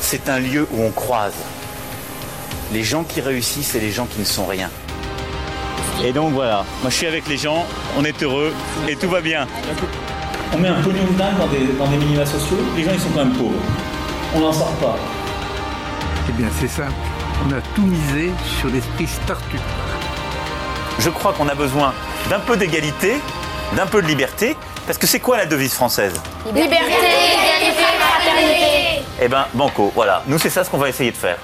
c'est un lieu où on croise les gens qui réussissent et les gens qui ne sont rien. Et donc voilà, moi je suis avec les gens, on est heureux et tout va bien. On met un pognon de dingue dans des minima sociaux, les gens ils sont quand même pauvres. On n'en sort pas. Eh bien c'est simple, on a tout misé sur l'esprit start-up. Je crois qu'on a besoin d'un peu d'égalité, d'un peu de liberté, parce que c'est quoi la devise française ? Liberté, égalité, fraternité. Eh ben banco, voilà, nous c'est ça ce qu'on va essayer de faire.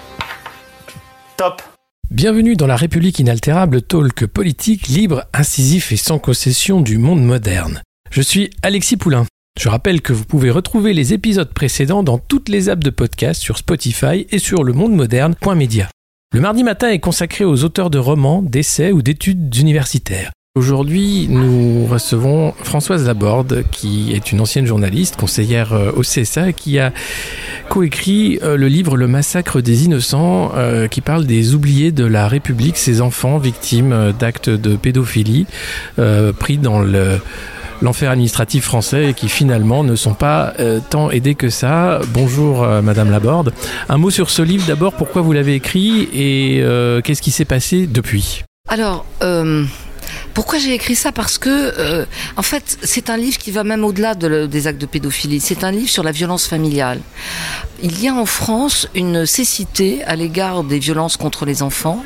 Top. Bienvenue dans la République inaltérable, talk politique, libre, incisif et sans concession du monde moderne. Je suis Alexis Poulain. Je rappelle que vous pouvez retrouver les épisodes précédents dans toutes les apps de podcast sur Spotify et sur lemondemoderne.media. Le mardi matin est consacré aux auteurs de romans, d'essais ou d'études universitaires. Aujourd'hui, nous recevons Françoise Laborde, qui est une ancienne journaliste, conseillère au CSA, qui a coécrit le livre « Le massacre des innocents », qui parle des oubliés de la République, ces enfants victimes d'actes de pédophilie, pris dans l'enfer administratif français et qui finalement ne sont pas tant aidés que ça. Bonjour Madame Laborde. Un mot sur ce livre d'abord, pourquoi vous l'avez écrit et qu'est-ce qui s'est passé depuis ? Alors, pourquoi j'ai écrit ça ? Parce que, en fait, c'est un livre qui va même au-delà des actes de pédophilie. C'est un livre sur la violence familiale. Il y a en France une cécité à l'égard des violences contre les enfants.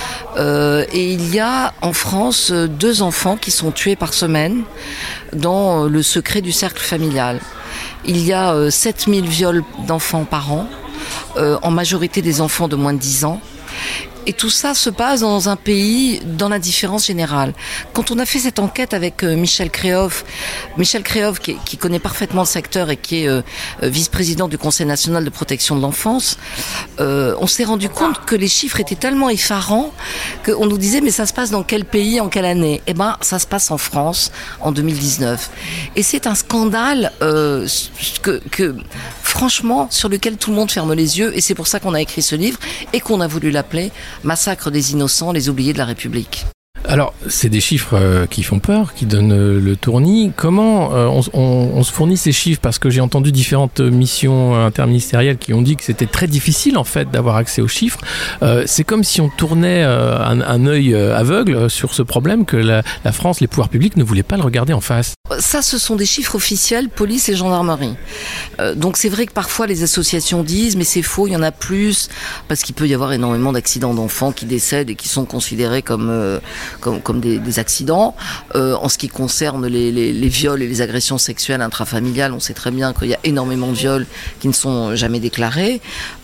Et il y a en France 2 enfants qui sont tués par semaine dans le secret du cercle familial. Il y a 7000 viols d'enfants par an, en majorité des enfants de moins de 10 ans. Et tout ça se passe dans un pays dans l'indifférence générale. Quand on a fait cette enquête avec Michel Créhoff qui connaît parfaitement le secteur et qui est vice-président du Conseil national de protection de l'enfance, on s'est rendu compte que les chiffres étaient tellement effarants qu'on nous disait mais ça se passe dans quel pays, en quelle année ? Eh ben ça se passe en France en 2019. Et c'est un scandale franchement sur lequel tout le monde ferme les yeux et c'est pour ça qu'on a écrit ce livre et qu'on a voulu l'appeler Massacre des innocents, les oubliés de la République. Alors, c'est des chiffres qui font peur, qui donnent le tournis. Comment on se fournit ces chiffres ? Parce que j'ai entendu différentes missions interministérielles qui ont dit que c'était très difficile en fait d'avoir accès aux chiffres. C'est comme si on tournait un œil aveugle sur ce problème que la France, les pouvoirs publics ne voulaient pas le regarder en face. Ça, ce sont des chiffres officiels, police et gendarmerie. Donc c'est vrai que parfois les associations disent mais c'est faux, il y en a plus, parce qu'il peut y avoir énormément d'accidents d'enfants qui décèdent et qui sont considérés comme des accidents. En ce qui concerne les viols et les agressions sexuelles intrafamiliales, on sait très bien qu'il y a énormément de viols qui ne sont jamais déclarés.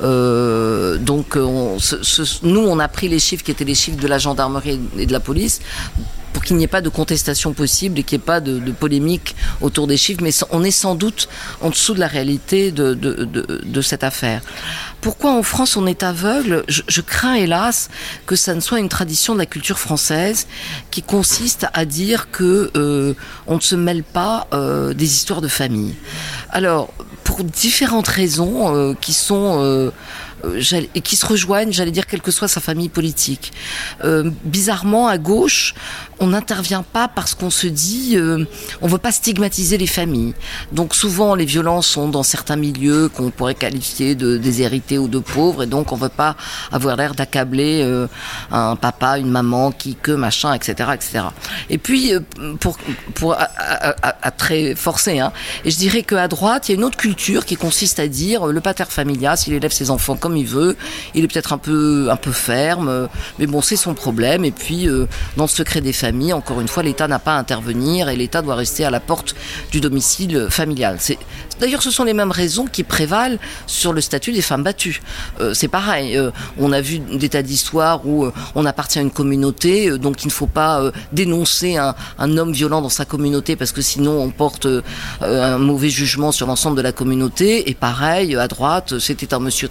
Donc nous, on a pris les chiffres qui étaient les chiffres de la gendarmerie et de la police pour qu'il n'y ait pas de contestation possible et qu'il n'y ait pas de polémique autour des chiffres, mais on est sans doute en dessous de la réalité de cette affaire. Pourquoi en France on est aveugle ? Je crains hélas que ça ne soit une tradition de la culture française qui consiste à dire que on ne se mêle pas des histoires de famille. Alors, pour différentes raisons qui sont et qui se rejoignent, j'allais dire, quelle que soit sa famille politique. Bizarrement, à gauche, on n'intervient pas parce qu'on se dit on veut pas stigmatiser les familles. Donc souvent, les violences sont dans certains milieux qu'on pourrait qualifier de déshérités ou de pauvres, et donc on veut pas avoir l'air d'accabler un papa, une maman, machin, etc., etc. Et puis, pour à très forcer, hein, et je dirais qu'à droite, il y a une autre culture qui consiste à dire le pater familias, il élève ses enfants comme il veut, il est peut-être un peu ferme, mais bon, c'est son problème. Et puis, dans le secret des familles, encore une fois, l'État n'a pas à intervenir et l'État doit rester à la porte du domicile familial. D'ailleurs, ce sont les mêmes raisons qui prévalent sur le statut des femmes battues. C'est pareil. On a vu des tas d'histoires où on appartient à une communauté, donc il ne faut pas dénoncer un homme violent dans sa communauté parce que sinon on porte un mauvais jugement sur l'ensemble de la communauté. Et pareil, à droite, c'était un monsieur très bien,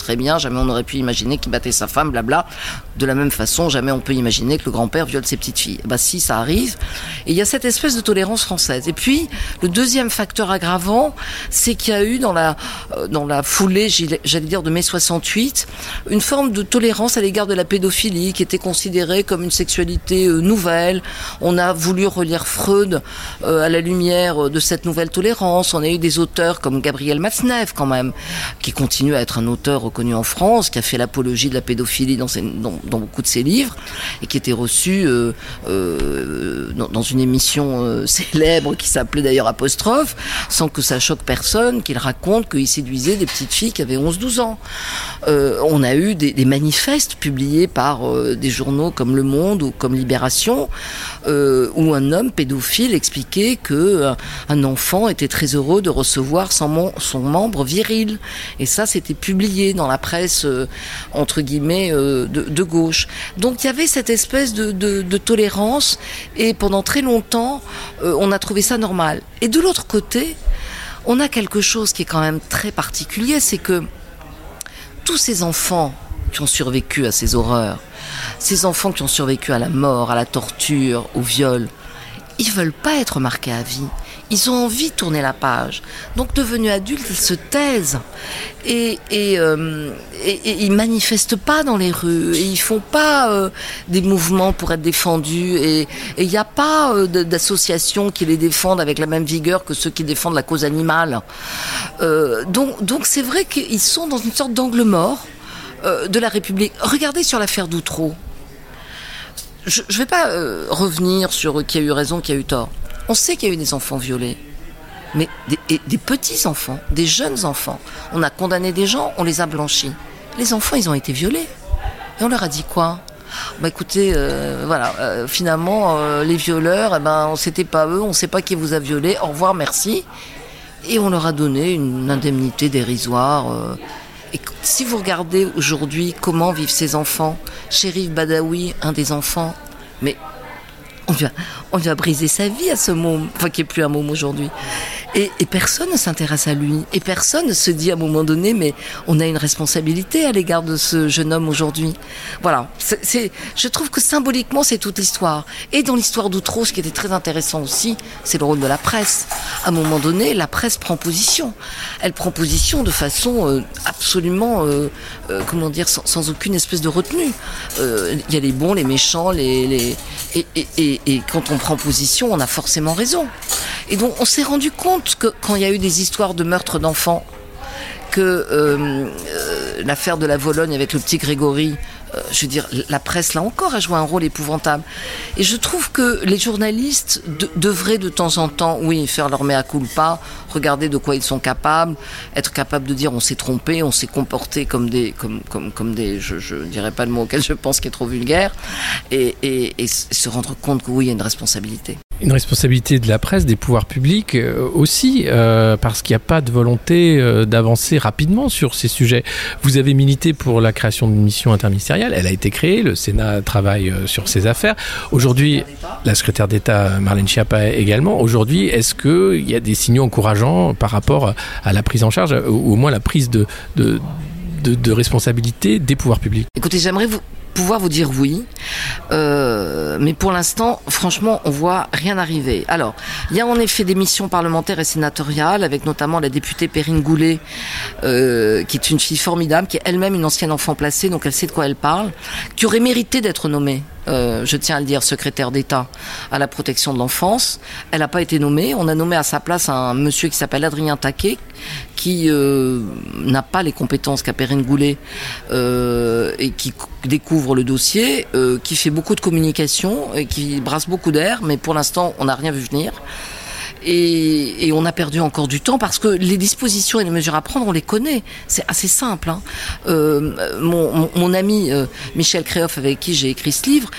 jamais on n'aurait pu imaginer qu'il battait sa femme, blabla. De la même façon, jamais on peut imaginer que le grand-père viole ses petites filles. Bah si, ça arrive. Et il y a cette espèce de tolérance française. Et puis, le deuxième facteur aggravant, c'est qu'il y a eu dans la foulée, j'allais dire, de mai 68, une forme de tolérance à l'égard de la pédophilie qui était considérée comme une sexualité nouvelle. On a voulu relire Freud à la lumière de cette nouvelle tolérance. On a eu des auteurs comme Gabriel Matzneff, quand même, qui continue à être un auteur reconnu en France, qui a fait l'apologie de la pédophilie dans beaucoup de ses livres, et qui était reçu dans une émission célèbre qui s'appelait d'ailleurs Apostrophe, sans que ça choque personne, qu'il raconte qu'il séduisait des petites filles qui avaient 11-12 ans. On a eu des manifestes publiés par des journaux comme Le Monde ou comme Libération, où un homme pédophile expliquait que un enfant était très heureux de recevoir son membre viril. Et ça, c'était publié dans la presse, entre guillemets, de gauche. Donc il y avait cette espèce de tolérance, et pendant très longtemps, on a trouvé ça normal. Et de l'autre côté, on a quelque chose qui est quand même très particulier, c'est que tous ces enfants qui ont survécu à ces horreurs, ces enfants qui ont survécu à la mort, à la torture, au viol, ils veulent pas être marqués à vie. Ils ont envie de tourner la page. Donc, devenus adultes, ils se taisent. Et ils manifestent pas dans les rues. Et ils font pas des mouvements pour être défendus. Et il n'y a pas d'associations qui les défendent avec la même vigueur que ceux qui défendent la cause animale. Donc c'est vrai qu'ils sont dans une sorte d'angle mort de la République. Regardez sur l'affaire d'Outreau. Je ne vais pas revenir sur qui a eu raison, qui a eu tort. On sait qu'il y a eu des enfants violés, mais des petits-enfants, des jeunes enfants. On a condamné des gens, on les a blanchis. Les enfants, ils ont été violés. Et on leur a dit quoi ? Bah écoutez, finalement, les violeurs, c'était pas eux, on ne sait pas qui vous a violé, au revoir, merci. Et on leur a donné une indemnité dérisoire. Et si vous regardez aujourd'hui comment vivent ces enfants, Chérif Badawi, un des enfants, mais on lui a brisé sa vie à ce môme, qui n'est plus un môme aujourd'hui. Et personne ne s'intéresse à lui. Et personne ne se dit à un moment donné, mais on a une responsabilité à l'égard de ce jeune homme aujourd'hui. Voilà. Je trouve que symboliquement, c'est toute l'histoire. Et dans l'histoire d'Outreau, ce qui était très intéressant aussi, c'est le rôle de la presse. À un moment donné, la presse prend position. Elle prend position de façon absolument, sans aucune espèce de retenue. Il y a les bons, les méchants, et quand on prend position, on a forcément raison. Et donc, on s'est rendu compte que quand il y a eu des histoires de meurtre d'enfants, que l'affaire de la Vologne avec le petit Grégory, la presse, là encore, a joué un rôle épouvantable. Et je trouve que les journalistes devraient de temps en temps, faire leur mea culpa, regarder de quoi ils sont capables, être capables de dire on s'est trompé, on s'est comporté comme des, je dirais pas le mot auquel je pense qui est trop vulgaire, et se rendre compte que il y a une responsabilité. Une responsabilité de la presse, des pouvoirs publics aussi, parce qu'il n'y a pas de volonté d'avancer rapidement sur ces sujets. Vous avez milité pour la création d'une mission interministérielle, elle a été créée, le Sénat travaille sur ces affaires. Aujourd'hui, la secrétaire d'État Marlène Schiappa également. Aujourd'hui, est-ce qu'il y a des signaux encourageants par rapport à la prise en charge, ou au moins la prise de responsabilité des pouvoirs publics ? Écoutez, j'aimerais pouvoir vous dire oui, mais pour l'instant, franchement, on voit rien arriver. Alors, il y a en effet des missions parlementaires et sénatoriales, avec notamment la députée Perrine Goulet, qui est une fille formidable, qui est elle-même une ancienne enfant placée, donc elle sait de quoi elle parle, qui aurait mérité d'être nommée. Je tiens à le dire, secrétaire d'État à la protection de l'enfance. Elle n'a pas été nommée. On a nommé à sa place un monsieur qui s'appelle Adrien Taquet, qui n'a pas les compétences qu'a Perrine Goulet, et qui découvre le dossier, qui fait beaucoup de communication et qui brasse beaucoup d'air, mais pour l'instant, on n'a rien vu venir. Et on a perdu encore du temps parce que les dispositions et les mesures à prendre, on les connaît. C'est assez simple. Mon ami Michel Créoff, avec qui j'ai écrit ce livre,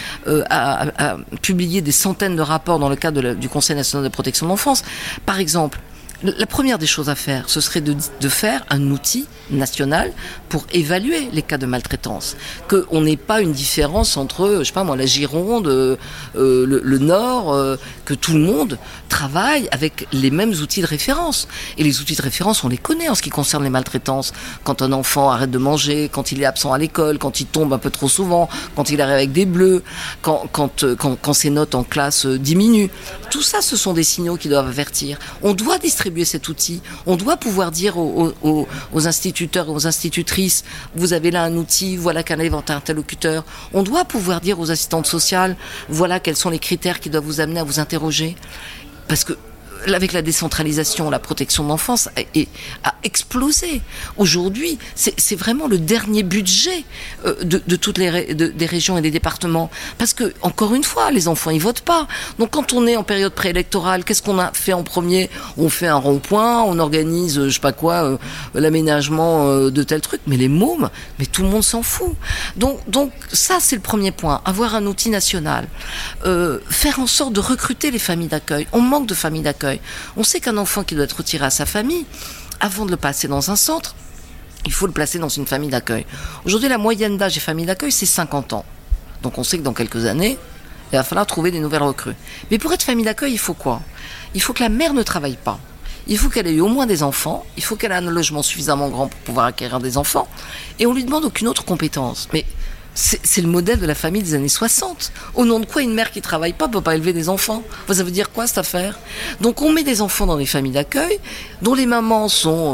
a publié des centaines de rapports dans le cadre du Conseil national de protection de l'enfance. Par exemple, La première des choses à faire, ce serait de faire un outil national pour évaluer les cas de maltraitance. Qu'on n'ait pas une différence entre, je sais pas moi, la Gironde, le Nord, que tout le monde travaille avec les mêmes outils de référence. Et les outils de référence, on les connaît en ce qui concerne les maltraitances. Quand un enfant arrête de manger, quand il est absent à l'école, quand il tombe un peu trop souvent, quand il arrive avec des bleus, quand ses notes en classe diminuent. Tout ça, ce sont des signaux qui doivent avertir. On doit distribuer cet outil. On doit pouvoir dire aux instituteurs et aux institutrices, vous avez là un outil, voilà quel est votre interlocuteur. On doit pouvoir dire aux assistantes sociales, voilà quels sont les critères qui doivent vous amener à vous interroger. Parce que avec la décentralisation, la protection de l'enfance a explosé. Aujourd'hui, c'est vraiment le dernier budget de toutes des régions et des départements. Parce que, encore une fois, les enfants, ils votent pas. Donc, quand on est en période préélectorale, qu'est-ce qu'on a fait en premier ? On fait un rond-point, on organise, je sais pas quoi, l'aménagement de tel truc. Mais les mômes, mais tout le monde s'en fout. Donc ça, c'est le premier point. Avoir un outil national. Faire en sorte de recruter les familles d'accueil. On manque de familles d'accueil. On sait qu'un enfant qui doit être retiré à sa famille, avant de le passer dans un centre, il faut le placer dans une famille d'accueil. Aujourd'hui, la moyenne d'âge des familles d'accueil, c'est 50 ans. Donc on sait que dans quelques années, il va falloir trouver des nouvelles recrues. Mais pour être famille d'accueil, il faut quoi ? Il faut que la mère ne travaille pas. Il faut qu'elle ait eu au moins des enfants. Il faut qu'elle ait un logement suffisamment grand pour pouvoir acquérir des enfants. Et on lui demande aucune autre compétence. Mais c'est le modèle de la famille des années 60. Au nom de quoi une mère qui travaille pas peut pas élever des enfants ? Ça veut dire quoi cette affaire ? Donc on met des enfants dans des familles d'accueil dont les mamans sont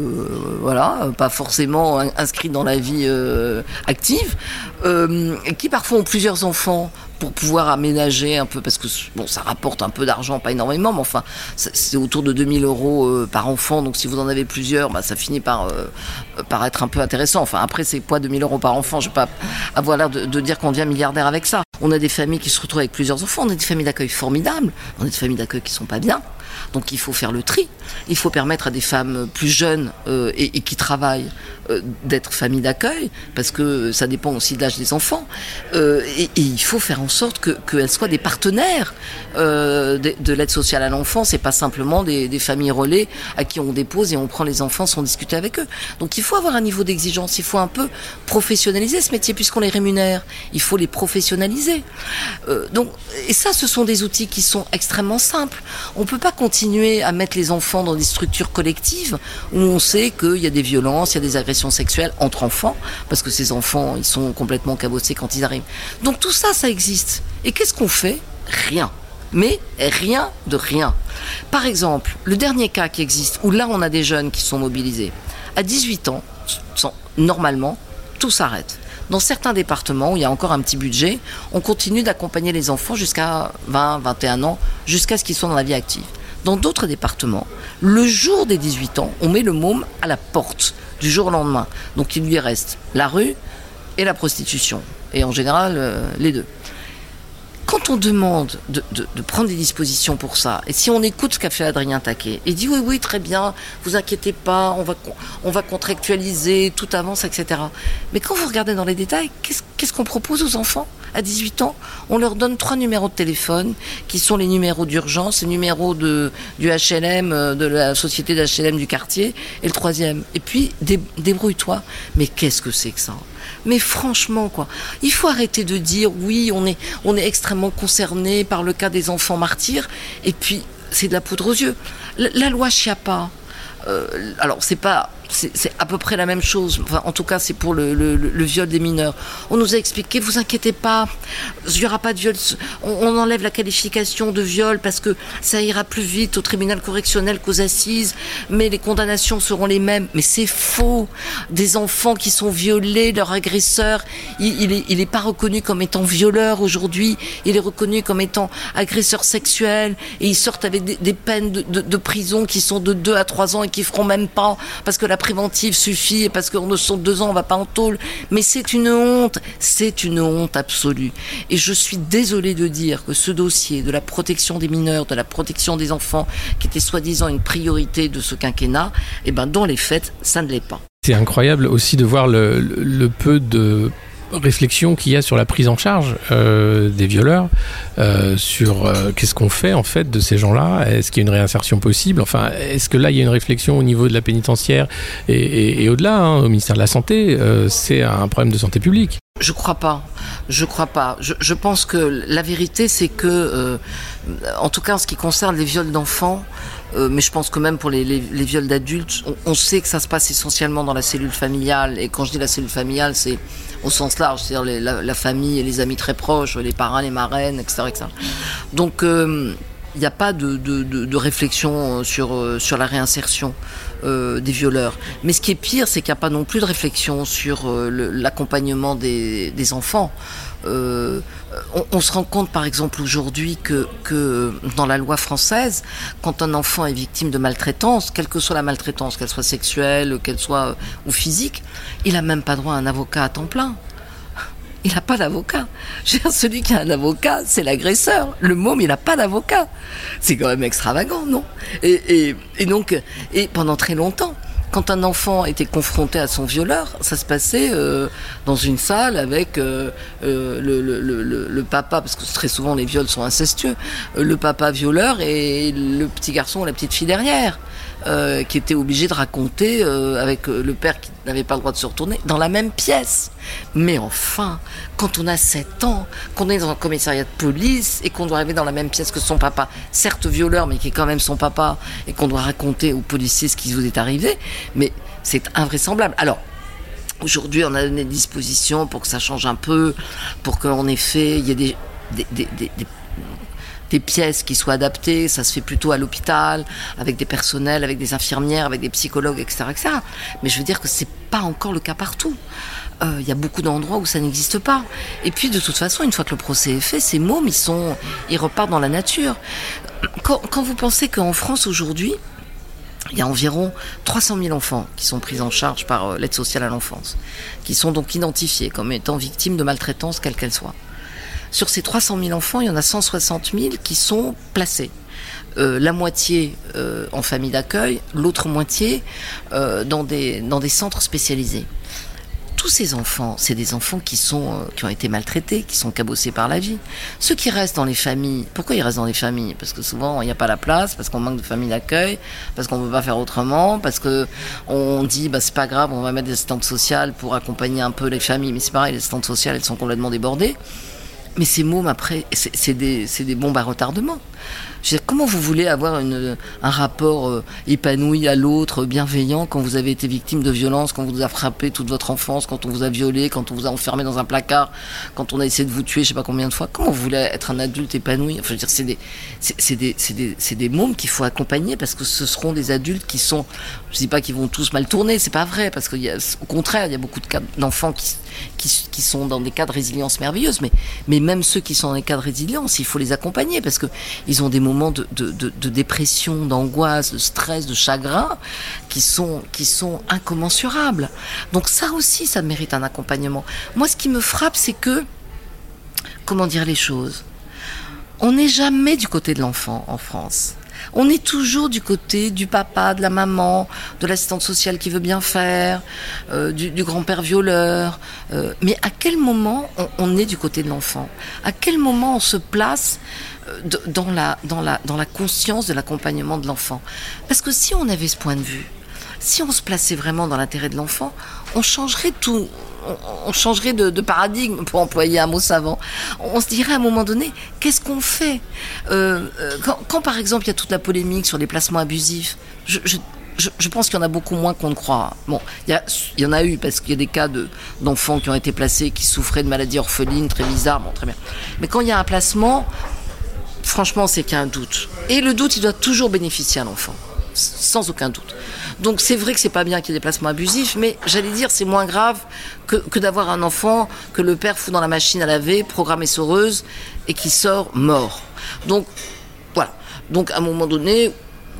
pas forcément inscrites dans la vie active, qui parfois ont plusieurs enfants pour pouvoir aménager un peu, parce que bon, ça rapporte un peu d'argent, pas énormément, mais enfin, c'est autour de 2 000 € par enfant, donc si vous en avez plusieurs, ça finit par être un peu intéressant. Enfin, après, c'est pas 2 000 € par enfant, je vais pas avoir l'air de dire qu'on devient milliardaire avec ça. On a des familles qui se retrouvent avec plusieurs enfants, on a des familles d'accueil formidables, on a des familles d'accueil qui sont pas bien. Donc il faut faire le tri, il faut permettre à des femmes plus jeunes et qui travaillent d'être famille d'accueil, parce que ça dépend aussi de l'âge des enfants, et il faut faire en sorte qu'elles soient des partenaires de l'aide sociale à l'enfant. C'est pas simplement des familles relais à qui on dépose et on prend les enfants sans discuter avec eux. Donc il faut avoir un niveau d'exigence, il faut un peu professionnaliser ce métier puisqu'on les rémunère, il faut les professionnaliser. Et ça, ce sont des outils qui sont extrêmement simples. On peut pas continuer à mettre les enfants dans des structures collectives où on sait qu'il y a des violences, il y a des agressions sexuelles entre enfants, parce que ces enfants, ils sont complètement cabossés quand ils arrivent. Donc tout ça, ça existe. Et qu'est-ce qu'on fait ? Rien. Mais rien de rien. Par exemple, le dernier cas qui existe, où là on a des jeunes qui sont mobilisés, à 18 ans, normalement, tout s'arrête. Dans certains départements où il y a encore un petit budget, on continue d'accompagner les enfants jusqu'à 20, 21 ans, jusqu'à ce qu'ils soient dans la vie active. Dans d'autres départements, le jour des 18 ans, on met le môme à la porte du jour au lendemain. Donc il lui reste la rue et la prostitution. Et en général, les deux. Quand on demande de prendre des dispositions pour ça, et si on écoute ce qu'a fait Adrien Taquet, il dit oui, très bien, vous inquiétez pas, on va contractualiser, tout avance, etc. Mais quand vous regardez dans les détails, qu'est-ce qu'on propose aux enfants à 18 ans ? On leur donne 3 numéros de téléphone, qui sont les numéros d'urgence, les numéros du HLM, de la société d'HLM du quartier, et le 3e. Et puis, débrouille-toi. Mais qu'est-ce que c'est que ça ? Mais franchement, quoi, il faut arrêter de dire oui, on est extrêmement concerné par le cas des enfants martyrs, et puis c'est de la poudre aux yeux. La loi Schiappa, alors c'est à peu près la même chose. Enfin, en tout cas, c'est pour le viol des mineurs. On nous a expliqué, vous inquiétez pas, il n'y aura pas de viol. On enlève la qualification de viol parce que ça ira plus vite au tribunal correctionnel qu'aux assises, mais les condamnations seront les mêmes. Mais c'est faux. Des enfants qui sont violés, leur agresseur, il est pas reconnu comme étant violeur aujourd'hui. Il est reconnu comme étant agresseur sexuel, et ils sortent avec des peines de prison qui sont de 2 à 3 ans et qui feront même pas, parce que la préventive suffit, et parce qu'on ne sont 2 ans, on va pas en tôle. Mais c'est une honte absolue. Et je suis désolée de dire que ce dossier de la protection des mineurs, de la protection des enfants, qui était soi-disant une priorité de ce quinquennat, dans les faits, ça ne l'est pas. C'est incroyable aussi de voir le peu de réflexion qu'il y a sur la prise en charge des violeurs, sur qu'est-ce qu'on fait en fait de ces gens-là, est-ce qu'il y a une réinsertion possible, enfin est-ce que là il y a une réflexion au niveau de la pénitentiaire et au-delà, au ministère de la Santé, c'est un problème de santé publique. Je crois pas. Je pense que la vérité, c'est que, en tout cas en ce qui concerne les viols d'enfants, mais je pense que même pour les viols d'adultes, on sait que ça se passe essentiellement dans la cellule familiale. Et quand je dis la cellule familiale, c'est au sens large, c'est-à-dire la famille et les amis très proches, les parrains, les marraines, etc. etc. Donc, il n'y a pas de réflexion sur la réinsertion des violeurs. Mais ce qui est pire, c'est qu'il n'y a pas non plus de réflexion sur l'accompagnement des enfants. On se rend compte par exemple aujourd'hui que dans la loi française, quand un enfant est victime de maltraitance, quelle que soit la maltraitance, qu'elle soit sexuelle, qu'elle soit ou physique, il n'a même pas droit à un avocat à temps plein. Il n'a pas d'avocat. Celui qui a un avocat, c'est l'agresseur. Le môme, il n'a pas d'avocat. C'est quand même extravagant, non ? Et donc, pendant très longtemps, quand un enfant était confronté à son violeur, ça se passait dans une salle avec le papa, parce que très souvent les viols sont incestueux, le papa violeur et le petit garçon ou la petite fille derrière. Qui était obligé de raconter avec le père qui n'avait pas le droit de se retourner dans la même pièce. Mais enfin, quand on a 7 ans, qu'on est dans un commissariat de police et qu'on doit arriver dans la même pièce que son papa, certes violeur, mais qui est quand même son papa, et qu'on doit raconter aux policiers ce qui vous est arrivé, mais c'est invraisemblable. Alors, aujourd'hui, on a donné des dispositions pour que ça change un peu, pour qu'en effet, il y ait des pièces qui soient adaptées, ça se fait plutôt à l'hôpital, avec des personnels, avec des infirmières, avec des psychologues, etc., etc. Mais je veux dire que c'est pas encore le cas partout. Il y a beaucoup d'endroits où ça n'existe pas. Et puis, de toute façon, une fois que le procès est fait, ces mômes, ils repartent dans la nature. Quand vous pensez qu'en France, aujourd'hui, il y a environ 300 000 enfants qui sont pris en charge par l'aide sociale à l'enfance, qui sont donc identifiés comme étant victimes de maltraitance, quelle qu'elle soit. Sur ces 300 000 enfants, il y en a 160 000 qui sont placés. La moitié en famille d'accueil, l'autre moitié dans des centres spécialisés. Tous ces enfants, c'est des enfants qui ont été maltraités, qui sont cabossés par la vie. Ceux qui restent dans les familles, pourquoi ils restent dans les familles ? Parce que souvent, il n'y a pas la place, parce qu'on manque de famille d'accueil, parce qu'on ne peut pas faire autrement, parce qu'on dit, c'est pas grave, on va mettre des assistantes sociales pour accompagner un peu les familles. Mais c'est pareil, les assistantes sociales, elles sont complètement débordées. Mais ces mômes, après, c'est des bombes à retardement. Je veux dire, comment vous voulez avoir un rapport épanoui à l'autre, bienveillant, quand vous avez été victime de violence, quand on vous a frappé toute votre enfance, quand on vous a violé, quand on vous a enfermé dans un placard, quand on a essayé de vous tuer, je sais pas combien de fois. Comment vous voulez être un adulte épanoui ? Enfin, je veux dire, c'est des mômes qu'il faut accompagner, parce que ce seront des adultes qui sont, je dis pas qu'ils vont tous mal tourner, c'est pas vrai, parce qu'au contraire, il y a beaucoup d'enfants qui sont dans des cas de résilience merveilleuse, mais même ceux qui sont dans des cas de résilience, il faut les accompagner, parce que ils ont des moments de dépression, d'angoisse, de stress, de chagrin qui sont incommensurables. Donc ça aussi, ça mérite un accompagnement. Moi, ce qui me frappe, c'est que, comment dire les choses, on n'est jamais du côté de l'enfant en France. On est toujours du côté du papa, de la maman, de l'assistante sociale qui veut bien faire, du grand-père violeur. Mais à quel moment on est du côté de l'enfant ? À quel moment on se place dans la conscience de l'accompagnement de l'enfant ? Parce que si on avait ce point de vue, si on se plaçait vraiment dans l'intérêt de l'enfant, on changerait tout. On changerait de paradigme, pour employer un mot savant. On se dirait à un moment donné, qu'est-ce qu'on fait ? Quand par exemple il y a toute la polémique sur les placements abusifs, je pense qu'il y en a beaucoup moins qu'on ne croit. Bon, il y en a eu, parce qu'il y a des cas d'enfants qui ont été placés, qui souffraient de maladies orphelines, très bizarres, bon, très bien. Mais quand il y a un placement, franchement, c'est qu'il y a un doute. Et le doute, il doit toujours bénéficier à l'enfant, sans aucun doute. Donc c'est vrai que c'est pas bien qu'il y ait des placements abusifs, mais j'allais dire c'est moins grave que d'avoir un enfant que le père fout dans la machine à laver, programme essoreuse, et qui sort mort. Donc voilà. Donc à un moment donné,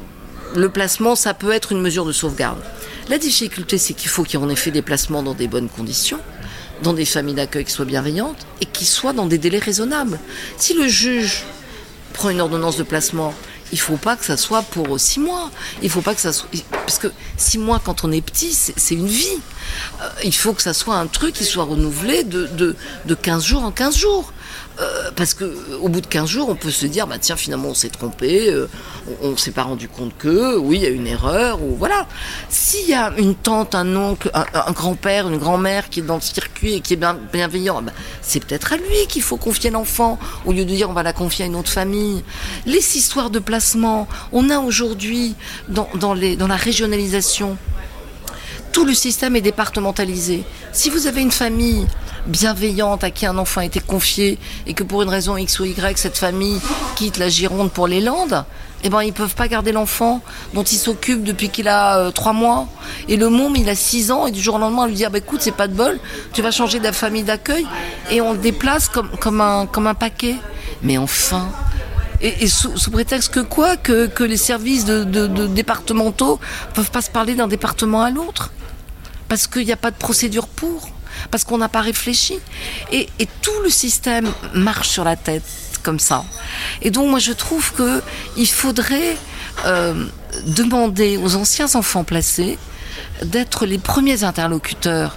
le placement, ça peut être une mesure de sauvegarde. La difficulté, c'est qu'il faut qu'il y ait en effet des placements dans des bonnes conditions, dans des familles d'accueil qui soient bienveillantes et qui soient dans des délais raisonnables. Si le juge prend une ordonnance de placement, il faut pas que ça soit pour 6 mois. Il faut pas que ça soit... Parce que 6 mois, quand on est petit, c'est une vie. Il faut que ça soit un truc qui soit renouvelé de 15 jours en 15 jours. Parce que au bout de 15 jours, on peut se dire, tiens, finalement, on s'est trompé, on s'est pas rendu compte que, oui, il y a une erreur, ou voilà. S'il y a une tante, un oncle, un grand-père, une grand-mère qui est dans le circuit et qui est bienveillant, c'est peut-être à lui qu'il faut confier l'enfant, au lieu de dire, on va la confier à une autre famille. Les histoires de placement, on a aujourd'hui, dans la régionalisation, tout le système est départementalisé. Si vous avez une famille bienveillante à qui un enfant a été confié et que pour une raison X ou Y, cette famille quitte la Gironde pour les Landes, ils peuvent pas garder l'enfant dont il s'occupe depuis qu'il a 3 mois. Et le môme, il a 6 ans et du jour au lendemain, on lui dit, écoute, c'est pas de bol, tu vas changer de la famille d'accueil, et on le déplace comme un paquet. Mais enfin... Et sous prétexte que les services de départementaux peuvent pas se parler d'un département à l'autre. Parce qu'il n'y a pas de procédure pour. Parce qu'on n'a pas réfléchi. Et tout le système marche sur la tête comme ça. Et donc moi je trouve qu'il faudrait demander aux anciens enfants placés d'être les premiers interlocuteurs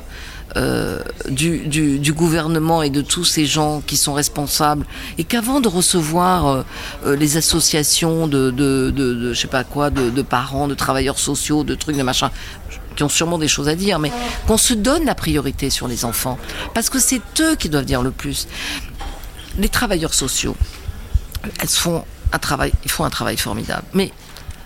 du gouvernement et de tous ces gens qui sont responsables, et qu'avant de recevoir les associations de je sais pas quoi, de parents, de travailleurs sociaux, de trucs, de machin, qui ont sûrement des choses à dire, mais qu'on se donne la priorité sur les enfants, parce que c'est eux qui doivent dire le plus. Les travailleurs sociaux, ils font un travail formidable, mais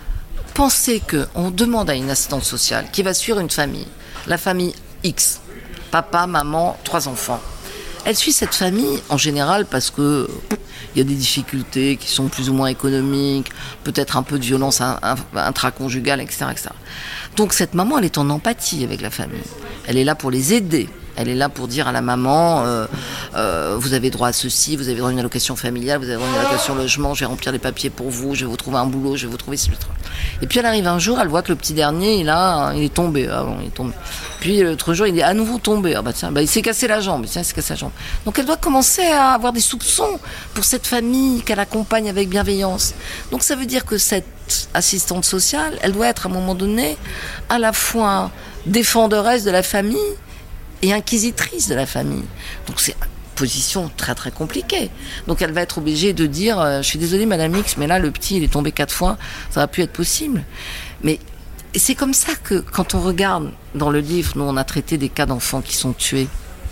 pensez qu'on demande à une assistante sociale qui va suivre une famille, la famille X, papa, maman, 3 enfants. Elle suit cette famille en général parce que il y a des difficultés qui sont plus ou moins économiques, peut-être un peu de violence intraconjugale, etc., etc. Donc cette maman, elle est en empathie avec la famille. Elle est là pour les aider. Elle est là pour dire à la maman, vous avez droit à ceci, vous avez droit à une allocation familiale, vous avez droit à une allocation logement, je vais remplir les papiers pour vous, je vais vous trouver un boulot, je vais vous trouver... Et puis elle arrive un jour, elle voit que le petit dernier, il est tombé. Il est tombé. Puis l'autre jour, il est à nouveau tombé. Il s'est cassé la jambe. Donc elle doit commencer à avoir des soupçons pour cette famille qu'elle accompagne avec bienveillance. Donc ça veut dire que cette assistante sociale, elle doit être à un moment donné à la fois défenderesse de la famille et inquisitrice de la famille. Donc c'est une position très très compliquée. Donc elle va être obligée de dire je suis désolée Madame X, mais là le petit il est tombé 4 fois, ça va plus être possible. Mais c'est comme ça que quand on regarde dans le livre, nous on a traité des cas d'enfants qui sont tués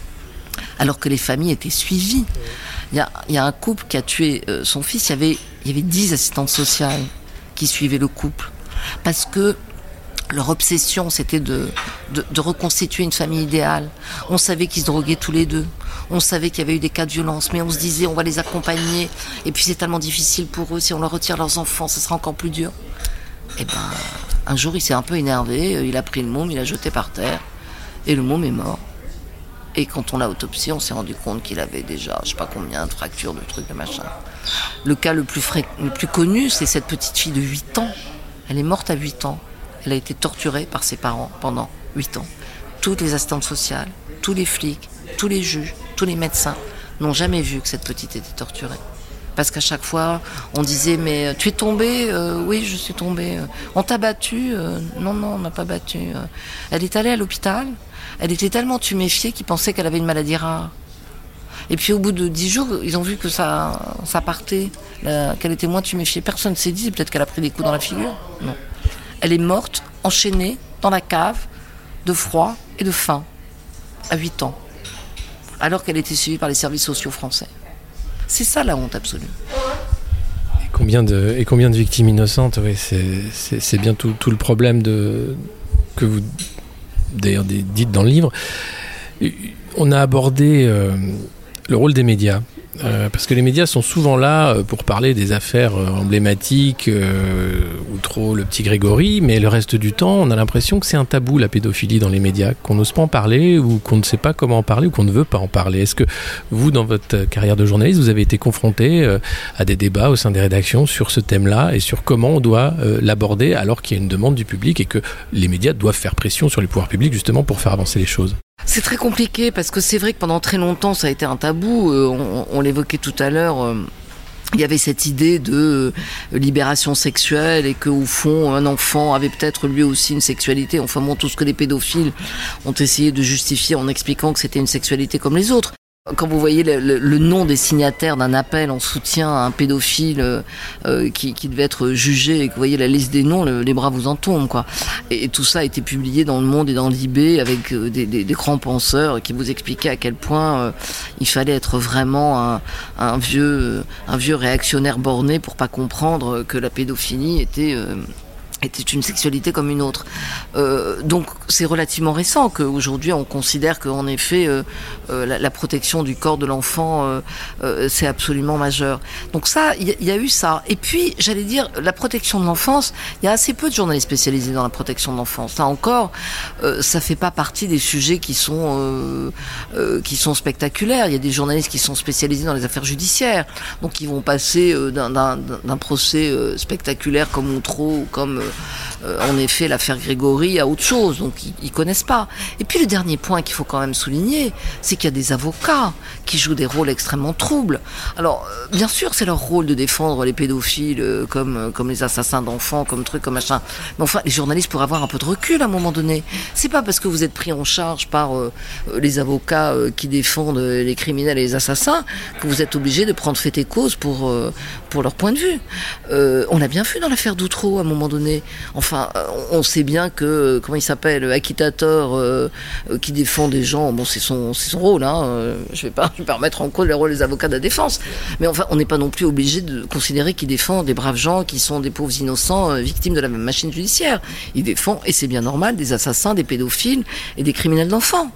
alors que les familles étaient suivies. Il y a un couple qui a tué son fils, il y avait 10 assistantes sociales qui suivaient le couple parce que leur obsession, c'était de reconstituer une famille idéale. On savait qu'ils se droguaient tous les deux. On savait qu'il y avait eu des cas de violence, mais on se disait, on va les accompagner. Et puis c'est tellement difficile pour eux, si on leur retire leurs enfants, ce sera encore plus dur. Et un jour, il s'est un peu énervé, il a pris le môme, il l'a jeté par terre, et le môme est mort. Et quand on l'a autopsié, on s'est rendu compte qu'il avait déjà, je sais pas combien, de fractures, de trucs, de machin. Le cas le plus connu, c'est cette petite fille de 8 ans. Elle est morte à 8 ans. Elle a été torturée par ses parents pendant 8 ans. Toutes les assistantes sociales, tous les flics, tous les juges, tous les médecins n'ont jamais vu que cette petite était torturée. Parce qu'à chaque fois, on disait « Mais tu es tombée ?»« Oui, je suis tombée. »« On t'a battue ?»« Non, on m'a pas battue. » Elle est allée à l'hôpital. Elle était tellement tuméfiée qu'ils pensaient qu'elle avait une maladie rare. Et puis au bout de 10 jours, ils ont vu que ça partait, qu'elle était moins tuméfiée. Personne ne s'est dit, peut-être qu'elle a pris des coups dans la figure. Non. Elle est morte, enchaînée, dans la cave, de froid et de faim, à 8 ans, alors qu'elle était suivie par les services sociaux français. C'est ça la honte absolue. Et combien de victimes innocentes, oui, c'est bien tout le problème que vous, d'ailleurs, dites dans le livre. On a abordé le rôle des médias. Parce que les médias sont souvent là pour parler des affaires emblématiques, ou trop le petit Grégory, mais le reste du temps, on a l'impression que c'est un tabou, la pédophilie dans les médias, qu'on n'ose pas en parler, ou qu'on ne sait pas comment en parler, ou qu'on ne veut pas en parler. Est-ce que vous, dans votre carrière de journaliste, vous avez été confronté à des débats au sein des rédactions sur ce thème-là, et sur comment on doit l'aborder, alors qu'il y a une demande du public, et que les médias doivent faire pression sur les pouvoirs publics, justement, pour faire avancer les choses? C'est très compliqué parce que c'est vrai que pendant très longtemps ça a été un tabou. On l'évoquait tout à l'heure. il y avait cette idée de libération sexuelle et que au fond un enfant avait peut-être lui aussi une sexualité. Enfin bon, tout ce que les pédophiles ont essayé de justifier en expliquant que c'était une sexualité comme les autres. Quand vous voyez le nom des signataires d'un appel en soutien à un pédophile qui devait être jugé et que vous voyez la liste des noms, les bras vous en tombent, quoi. Et tout ça a été publié dans Le Monde et dans Libé avec des grands penseurs qui vous expliquaient à quel point il fallait être vraiment un vieux réactionnaire borné pour pas comprendre que la pédophilie était une sexualité comme une autre. Donc c'est relativement récent qu'aujourd'hui on considère qu'en effet la protection du corps de l'enfant c'est absolument majeur. Donc ça, il y a eu ça. Et puis j'allais dire, la protection de l'enfance, il y a assez peu de journalistes spécialisés dans la protection de l'enfance. Là encore, ça fait pas partie des sujets qui sont spectaculaires. Il y a des journalistes qui sont spécialisés dans les affaires judiciaires, donc ils vont passer d'un procès spectaculaire comme Outreau ou comme en effet l'affaire Grégory à autre chose, donc ils connaissent pas. Et puis le dernier point qu'il faut quand même souligner, c'est qu'il y a des avocats qui jouent des rôles extrêmement troubles. Alors bien sûr c'est leur rôle de défendre les pédophiles comme les assassins d'enfants, comme trucs, comme machin, mais enfin les journalistes pourraient avoir un peu de recul à un moment donné. C'est pas parce que vous êtes pris en charge par les avocats qui défendent les criminels et les assassins que vous êtes obligés de prendre fait et cause pour leur point de vue. On l'a bien vu dans l'affaire d'Outreau à un moment donné. Enfin, on sait bien que, comment il s'appelle, Acquittator, qui défend des gens, bon, c'est son rôle, hein. Je vais pas remettre en cause le rôle des avocats de la défense. Mais enfin, on n'est pas non plus obligé de considérer qu'il défend des braves gens qui sont des pauvres innocents, victimes de la même machine judiciaire. Il défend, et c'est bien normal, des assassins, des pédophiles et des criminels d'enfants.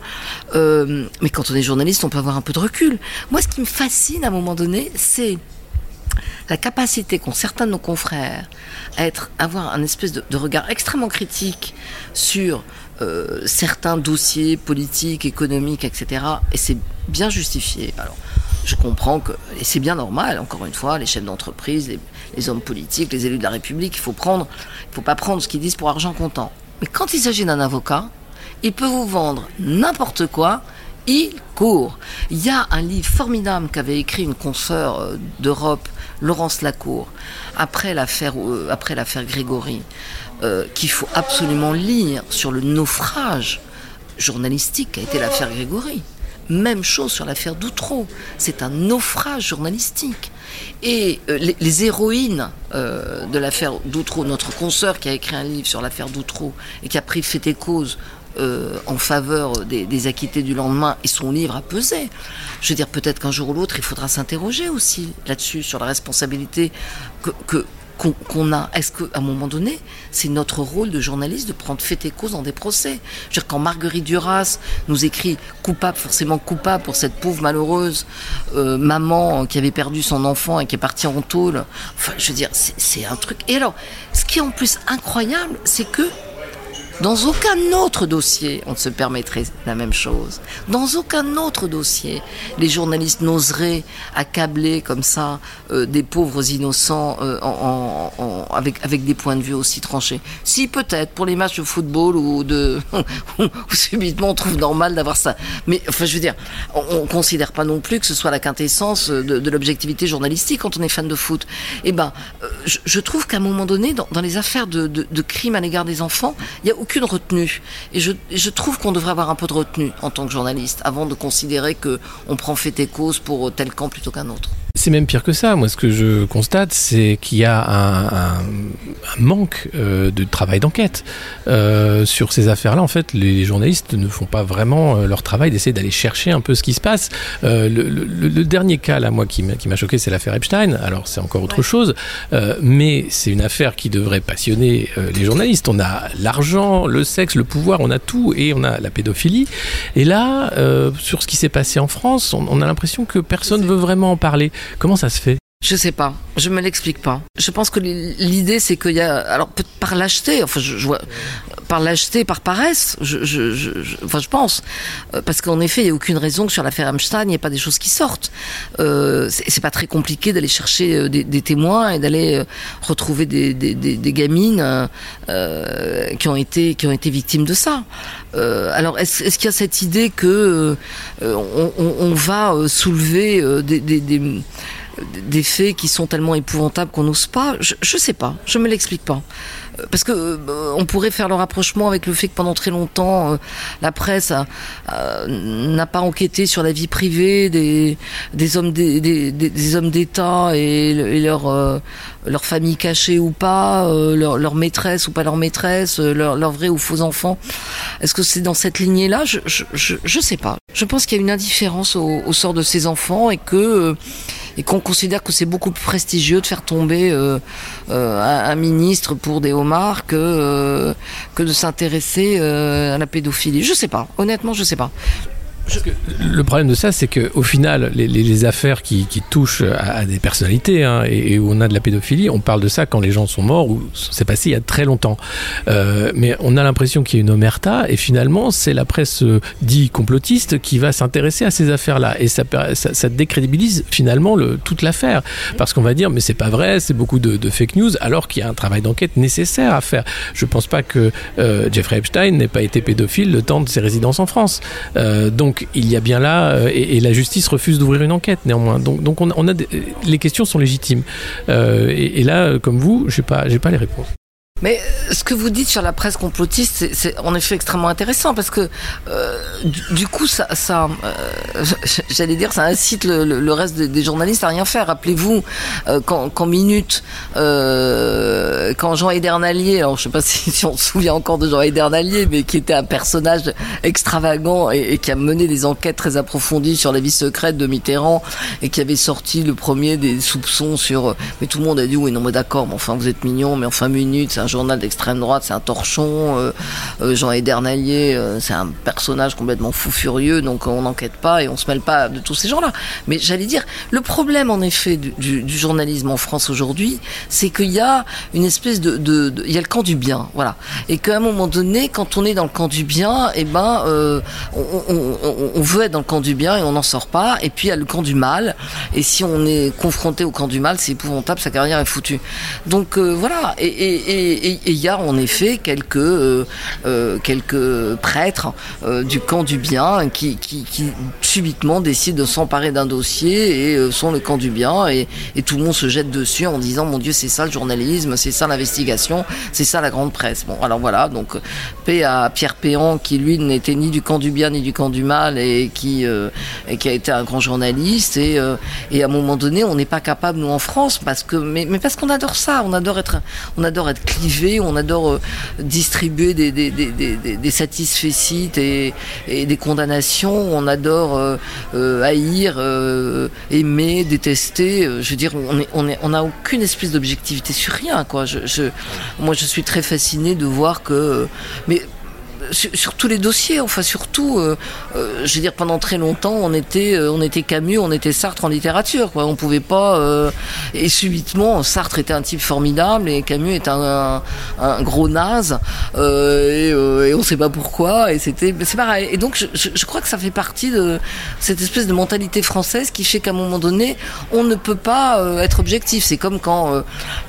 Mais quand on est journaliste, on peut avoir un peu de recul. Moi, ce qui me fascine à un moment donné, c'est la capacité qu'ont certains de nos confrères à avoir un espèce de regard extrêmement critique sur certains dossiers politiques, économiques, etc. Et c'est bien justifié. Alors, je comprends que, et c'est bien normal, encore une fois, les chefs d'entreprise, les hommes politiques, les élus de la République, il faut pas prendre ce qu'ils disent pour argent comptant. Mais quand il s'agit d'un avocat, il peut vous vendre n'importe quoi, il court. Il y a un livre formidable qu'avait écrit une consoeur d'Europe, Laurence Lacour, après l'affaire Grégory, qu'il faut absolument lire sur le naufrage journalistique qu'a été l'affaire Grégory. Même chose sur l'affaire d'Outreau. C'est un naufrage journalistique. Et les héroïnes de l'affaire d'Outreau, notre consoeur qui a écrit un livre sur l'affaire d'Outreau et qui a pris fait et cause en faveur des acquittés du lendemain, et son livre a pesé. Je veux dire, peut-être qu'un jour ou l'autre, il faudra s'interroger aussi là-dessus, sur la responsabilité qu'on a. Est-ce qu'à un moment donné, c'est notre rôle de journaliste de prendre fait et cause dans des procès? Je veux dire, quand Marguerite Duras nous écrit forcément coupable pour cette pauvre malheureuse maman qui avait perdu son enfant et qui est partie en tôle, enfin, je veux dire, c'est un truc. Et alors, ce qui est en plus incroyable, c'est que dans aucun autre dossier, on ne se permettrait la même chose. Dans aucun autre dossier, les journalistes n'oseraient accabler comme ça des pauvres innocents avec des points de vue aussi tranchés. Si, peut-être, pour les matchs de football ou subitement on trouve normal d'avoir ça. Mais enfin, je veux dire, on considère pas non plus que ce soit la quintessence de l'objectivité journalistique quand on est fan de foot. Eh ben, je trouve qu'à un moment donné, dans les affaires de crimes à l'égard des enfants, il y a aucune retenue. Et je trouve qu'on devrait avoir un peu de retenue en tant que journaliste avant de considérer qu'on prend fait et cause pour tel camp plutôt qu'un autre. C'est même pire que ça. Moi, ce que je constate, c'est qu'il y a un manque de travail d'enquête sur ces affaires-là. En fait, les journalistes ne font pas vraiment leur travail d'essayer d'aller chercher un peu ce qui se passe. Le dernier cas, là, moi, qui m'a choqué, c'est l'affaire Epstein. Alors, c'est encore autre chose, mais c'est une affaire qui devrait passionner les journalistes. On a l'argent, le sexe, le pouvoir, on a tout, et on a la pédophilie. Et là, sur ce qui s'est passé en France, on a l'impression que personne ne veut vraiment en parler. Comment ça se fait ? Je sais pas, je me l'explique pas. Je pense que l'idée, c'est qu'il y a, alors par lâcheté, enfin je vois, par lâcheté, par paresse, je pense, parce qu'en effet, il y a aucune raison que sur l'affaire Epstein, il n'y ait pas des choses qui sortent. C'est pas très compliqué d'aller chercher des témoins et d'aller retrouver des gamines qui ont été victimes de ça. Alors, est-ce qu'il y a cette idée que on va soulever des faits qui sont tellement épouvantables qu'on n'ose pas. Je sais pas, je me l'explique pas. Parce que on pourrait faire le rapprochement avec le fait que pendant très longtemps la presse n'a pas enquêté sur la vie privée des hommes d'État et leur famille cachée ou pas, leur maîtresse ou pas leur maîtresse, leur vrai ou faux enfant. Est-ce que c'est dans cette lignée-là ? Je sais pas. Je pense qu'il y a une indifférence au sort de ces enfants et qu'on considère que c'est beaucoup plus prestigieux de faire tomber un ministre pour des homards que de s'intéresser à la pédophilie. Je sais pas. Honnêtement, je sais pas. Le problème de ça, c'est qu'au final, les affaires qui touchent à des personnalités et où on a de la pédophilie, on parle de ça quand les gens sont morts ou c'est passé il y a très longtemps. Mais on a l'impression qu'il y a une omerta et finalement, c'est la presse dit complotiste qui va s'intéresser à ces affaires-là. Et ça décrédibilise finalement toute l'affaire. Parce qu'on va dire, mais c'est pas vrai, c'est beaucoup de fake news, alors qu'il y a un travail d'enquête nécessaire à faire. Je pense pas que Jeffrey Epstein n'ait pas été pédophile le temps de ses résidences en France. Donc il y a bien là, et la justice refuse d'ouvrir une enquête néanmoins. Donc on a les questions sont légitimes. Et là, comme vous, j'ai pas les réponses. Mais ce que vous dites sur la presse complotiste, c'est en effet extrêmement intéressant parce que du coup, j'allais dire, ça incite le reste des journalistes à rien faire. Rappelez-vous quand Minute, quand Jean Edernalier, alors je sais pas si on se souvient encore de Jean Edernalier, mais qui était un personnage extravagant et qui a mené des enquêtes très approfondies sur la vie secrète de Mitterrand et qui avait sorti le premier des soupçons sur. Mais tout le monde a dit oui, non mais d'accord, mais enfin vous êtes mignon, mais enfin Minute, c'est un journal d'extrême droite, c'est un torchon. Jean Edernalier, c'est un personnage complètement fou furieux, donc on n'enquête pas et on se mêle pas de tous ces gens-là. Mais j'allais dire, le problème en effet du journalisme en France aujourd'hui, c'est qu'il y a une espèce il y a le camp du bien, voilà, et qu'à un moment donné, quand on est dans le camp du bien, on veut être dans le camp du bien et on n'en sort pas. Et puis il y a le camp du mal, et si on est confronté au camp du mal, c'est épouvantable, sa carrière est foutue. Donc voilà, et il y a en effet quelques prêtres du camp du bien qui subitement décident de s'emparer d'un dossier et sont le camp du bien et tout le monde se jette dessus en disant mon Dieu, c'est ça le journalisme, c'est ça l'investigation, c'est ça la grande presse. Bon, alors voilà, donc paix à Pierre Péan qui lui n'était ni du camp du bien ni du camp du mal et qui a été un grand journaliste et à un moment donné on n'est pas capable nous en France parce qu'on adore ça, on adore être clivé, on adore distribuer des satisfecit et des condamnations, on adore haïr, aimer, détester. Je veux dire, on n'a aucune espèce d'objectivité sur rien, quoi. Moi, je suis très fasciné de voir que, mais sur tous les dossiers, enfin surtout, je veux dire, pendant très longtemps, on était Camus, on était Sartre en littérature, quoi. On pouvait pas, et subitement, Sartre était un type formidable et Camus est un gros naze, et on sait pas pourquoi, et c'est pareil. Et donc, je crois que ça fait partie de cette espèce de mentalité française qui fait qu'à un moment donné, on ne peut pas être objectif. C'est comme quand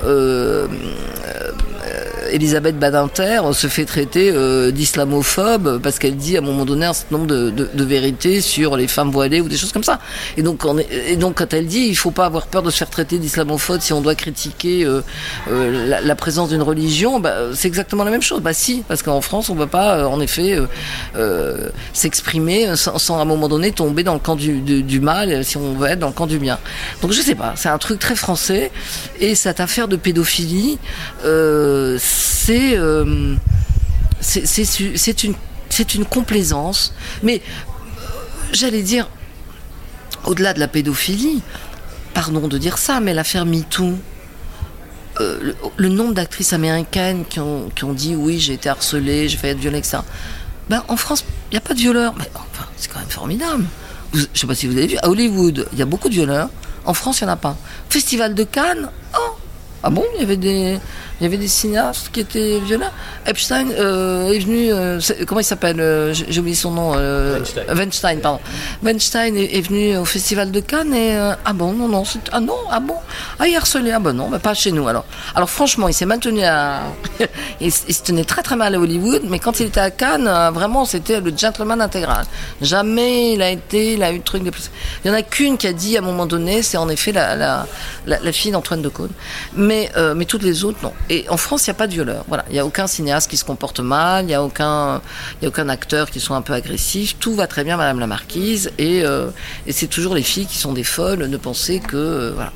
Elisabeth Badinter se fait traiter d'islamophobe parce qu'elle dit à un moment donné un certain nombre de vérités sur les femmes voilées ou des choses comme ça. Et donc quand elle dit il faut pas avoir peur de se faire traiter d'islamophobe si on doit critiquer la présence d'une religion, c'est exactement la même chose. Si, parce qu'en France on peut pas en effet s'exprimer sans à un moment donné tomber dans le camp du mal si on veut être dans le camp du bien. Donc je sais pas, c'est un truc très français et cette affaire de pédophilie c'est une complaisance, mais j'allais dire au-delà de la pédophilie, pardon de dire ça, mais l'affaire MeToo, le nombre d'actrices américaines qui ont dit oui, j'ai été harcelée, j'ai failli être violée, etc. En France, il n'y a pas de violeurs, mais enfin, c'est quand même formidable. Je ne sais pas si vous avez vu, à Hollywood, il y a beaucoup de violeurs. En France, il n'y en a pas. Festival de Cannes, Ah bon, il y avait des cinéastes qui étaient violents. Epstein est venu, comment il s'appelle, j'ai oublié son nom. Weinstein, pardon. Weinstein est venu au Festival de Cannes et ah bon, non, il a harcelé, ah ben non, pas chez nous alors. Alors franchement, il s'est maintenu il se tenait très très mal à Hollywood, mais quand il était à Cannes, vraiment c'était le gentleman intégral. Jamais il a eu le truc de plus. Il y en a qu'une qui a dit à un moment donné, c'est en effet la fille d'Antoine Decaune. Mais toutes les autres, non. Et en France, il n'y a pas de violeurs. Voilà. Il n'y a aucun cinéaste qui se comporte mal, il n'y a aucun acteur qui soit un peu agressif. Tout va très bien, Madame la Marquise. Et c'est toujours les filles qui sont des folles de penser que... voilà.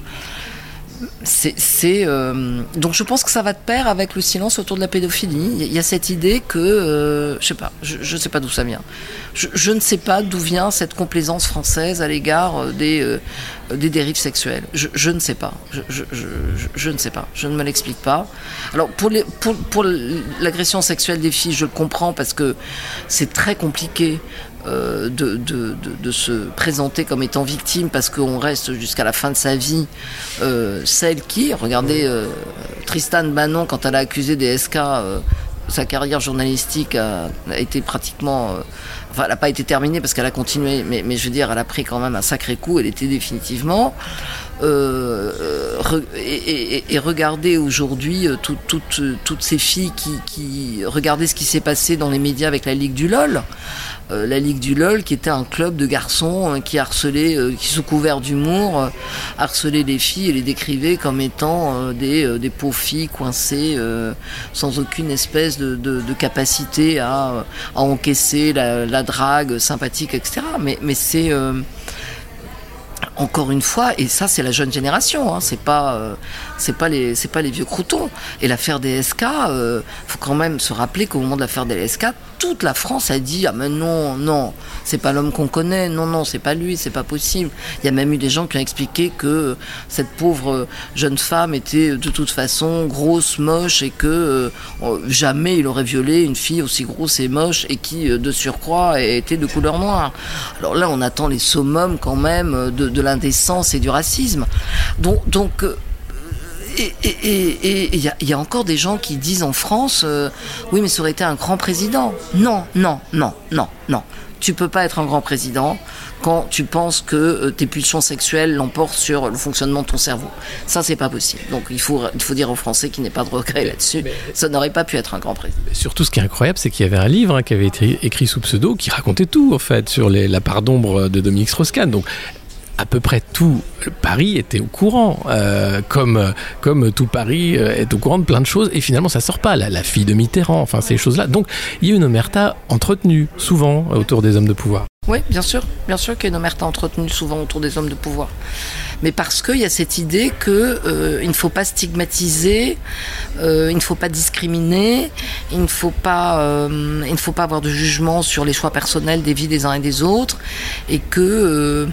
Donc je pense que ça va de pair avec le silence autour de la pédophilie. Il y a cette idée que je sais pas, je sais pas d'où ça vient. Je ne sais pas d'où vient cette complaisance française à l'égard des dérives sexuelles. Je ne sais pas. Je ne sais pas. Je ne me l'explique pas. Alors pour l'agression sexuelle des filles, je le comprends parce que c'est très compliqué. De se présenter comme étant victime parce qu'on reste jusqu'à la fin de sa vie celle qui, regardez Tristan Banon quand elle a accusé des SK, sa carrière journalistique a été pratiquement elle n'a pas été terminée parce qu'elle a continué, mais je veux dire elle a pris quand même un sacré coup, elle était définitivement et regardez aujourd'hui toutes ces filles qui regardez ce qui s'est passé dans les médias avec la Ligue du LOL. La Ligue du LOL qui était un club de garçons qui harcelait, qui sous couvert d'humour harcelait les filles et les décrivait comme étant des pauvres filles coincées sans aucune espèce de capacité à encaisser la drague sympathique, etc. Mais c'est encore une fois, et ça c'est la jeune génération, c'est pas les vieux croutons. Et l'affaire des SK, faut quand même se rappeler qu'au moment de l'affaire des SK, toute la France a dit ah mais non, c'est pas l'homme qu'on connaît, non, c'est pas lui, c'est pas possible. Il y a même eu des gens qui ont expliqué que cette pauvre jeune femme était de toute façon grosse, moche et que jamais il aurait violé une fille aussi grosse et moche et qui de surcroît était de couleur noire. Alors là on attend les summums quand même de l'indécence et du racisme. Donc et il y a encore des gens qui disent en France oui mais ça aurait été un grand président. Non. Tu peux pas être un grand président quand tu penses que tes pulsions sexuelles l'emportent sur le fonctionnement de ton cerveau. Ça, c'est pas possible. Donc il faut dire aux Français qu'il n'y ait pas de regret là-dessus. Ça n'aurait pas pu être un grand président. Surtout, ce qui est incroyable, c'est qu'il y avait un livre qui avait été écrit sous pseudo qui racontait tout, en fait, sur la part d'ombre de Dominique Strauss-Kahn. Donc, à peu près tout Paris était au courant, comme tout Paris est au courant de plein de choses, et finalement ça sort pas, la fille de Mitterrand, enfin ces choses-là. Donc il y a une omerta entretenue souvent autour des hommes de pouvoir. Oui, bien sûr qu'il y a une omerta entretenue souvent autour des hommes de pouvoir. Mais parce qu'il y a cette idée qu'il ne faut pas stigmatiser, il ne faut pas discriminer, il ne faut pas avoir de jugement sur les choix personnels des vies des uns et des autres, et que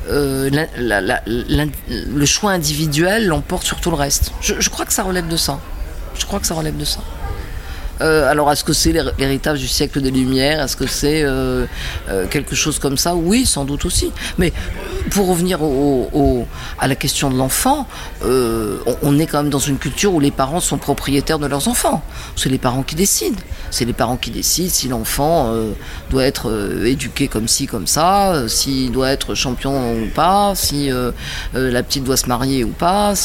le choix individuel l'emporte sur tout le reste. Je crois que ça relève de ça. Alors, est-ce que c'est l'héritage du siècle des Lumières ? Est-ce que c'est quelque chose comme ça ? Oui, sans doute aussi. Mais pour revenir à la question de l'enfant, on est quand même dans une culture où les parents sont propriétaires de leurs enfants. C'est les parents qui décident. C'est les parents qui décident si l'enfant doit être éduqué comme ci, comme ça, s'il doit être champion ou pas, si la petite doit se marier ou pas,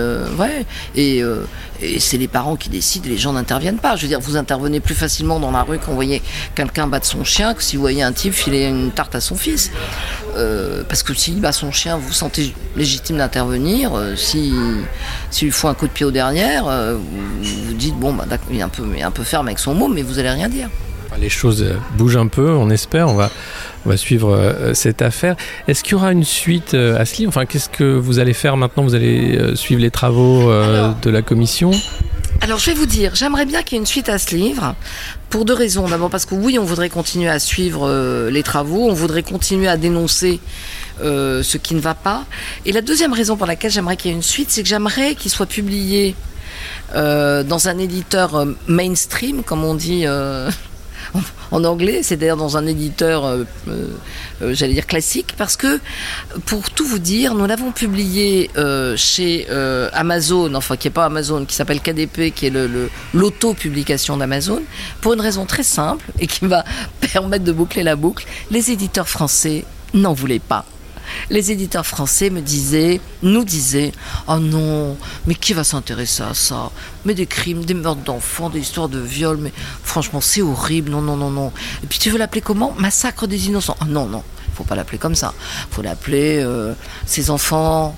et c'est les parents qui décident, les gens n'interviennent pas. Je veux dire, vous intervenez plus facilement dans la rue quand vous voyez quelqu'un battre son chien que si vous voyez un type filer une tarte à son fils. Parce que s'il bat son chien, vous vous sentez légitime d'intervenir. S'il lui faut un coup de pied au derrière, vous dites, bon, il est un peu ferme avec son mot, mais vous allez rien dire. Les choses bougent un peu, on espère. On va suivre cette affaire. Est-ce qu'il y aura une suite à ce livre ? Enfin, qu'est-ce que vous allez faire maintenant ? Vous allez suivre les travaux de la commission ? Alors, je vais vous dire, j'aimerais bien qu'il y ait une suite à ce livre, pour deux raisons. D'abord parce que oui, on voudrait continuer à suivre les travaux, on voudrait continuer à dénoncer ce qui ne va pas. Et la deuxième raison pour laquelle j'aimerais qu'il y ait une suite, c'est que j'aimerais qu'il soit publié dans un éditeur mainstream, comme on dit en anglais, c'est-à-dire dans un éditeur, j'allais dire classique, parce que, pour tout vous dire, nous l'avons publié chez Amazon, enfin qui n'est pas Amazon, qui s'appelle KDP, qui est l'auto-publication d'Amazon, pour une raison très simple et qui va permettre de boucler la boucle. Les éditeurs français n'en voulaient pas. Les éditeurs français nous disaient « Oh non, mais qui va s'intéresser à ça? Mais des crimes, des meurtres d'enfants, des histoires de viol, mais franchement c'est horrible, non. Et puis tu veux l'appeler comment? Massacre des innocents. Oh non, faut pas l'appeler comme ça. Faut l'appeler ces enfants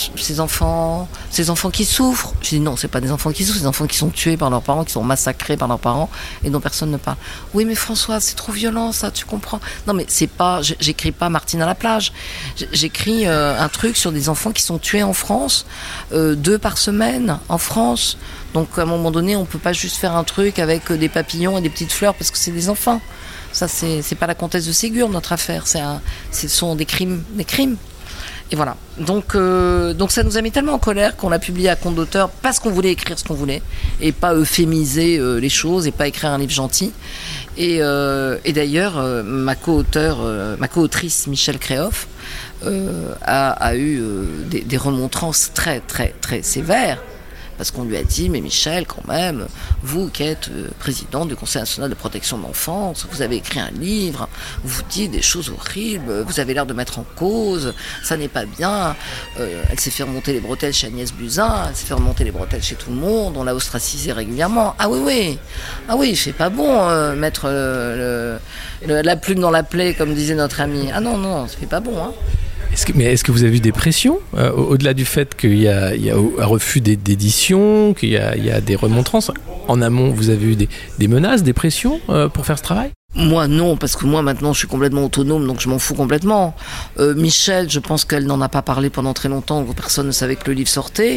qui souffrent. Je dis non, c'est pas des enfants qui souffrent, c'est des enfants qui sont tués par leurs parents, qui sont massacrés par leurs parents et dont personne ne parle. Oui, mais François, c'est trop violent ça, tu comprends? Non, mais c'est pas, j'écris pas Martine à la plage. J'écris un truc sur des enfants qui sont tués en France, 2 par semaine en France. Donc à un moment donné, on peut pas juste faire un truc avec des papillons et des petites fleurs parce que c'est des enfants. Ça, c'est pas la comtesse de Ségur, notre affaire. Ce sont des crimes. Et voilà. Donc ça nous a mis tellement en colère qu'on l'a publié à compte d'auteur parce qu'on voulait écrire ce qu'on voulait et pas euphémiser les choses et pas écrire un livre gentil. Et d'ailleurs, ma co-autrice Michel Créoff a eu des remontrances très, très, très sévères. Parce qu'on lui a dit, mais Michel, quand même, vous qui êtes président du Conseil national de protection de l'enfance, vous avez écrit un livre, vous dites des choses horribles, vous avez l'air de mettre en cause, ça n'est pas bien. Elle s'est fait remonter les bretelles chez Agnès Buzyn, elle s'est fait remonter les bretelles chez tout le monde, on l'a ostracisée régulièrement. Ah oui, c'est pas bon mettre la plume dans la plaie, comme disait notre ami. Ah non, ça fait pas bon, hein. Est-ce que vous avez vu des pressions au-delà du fait qu'il y a un refus d'édition, qu'il y a des remontrances? En amont, vous avez eu des menaces, des pressions pour faire ce travail? Moi non, parce que moi maintenant je suis complètement autonome, donc je m'en fous complètement. Michel, je pense qu'elle n'en a pas parlé pendant très longtemps, personne ne savait que le livre sortait.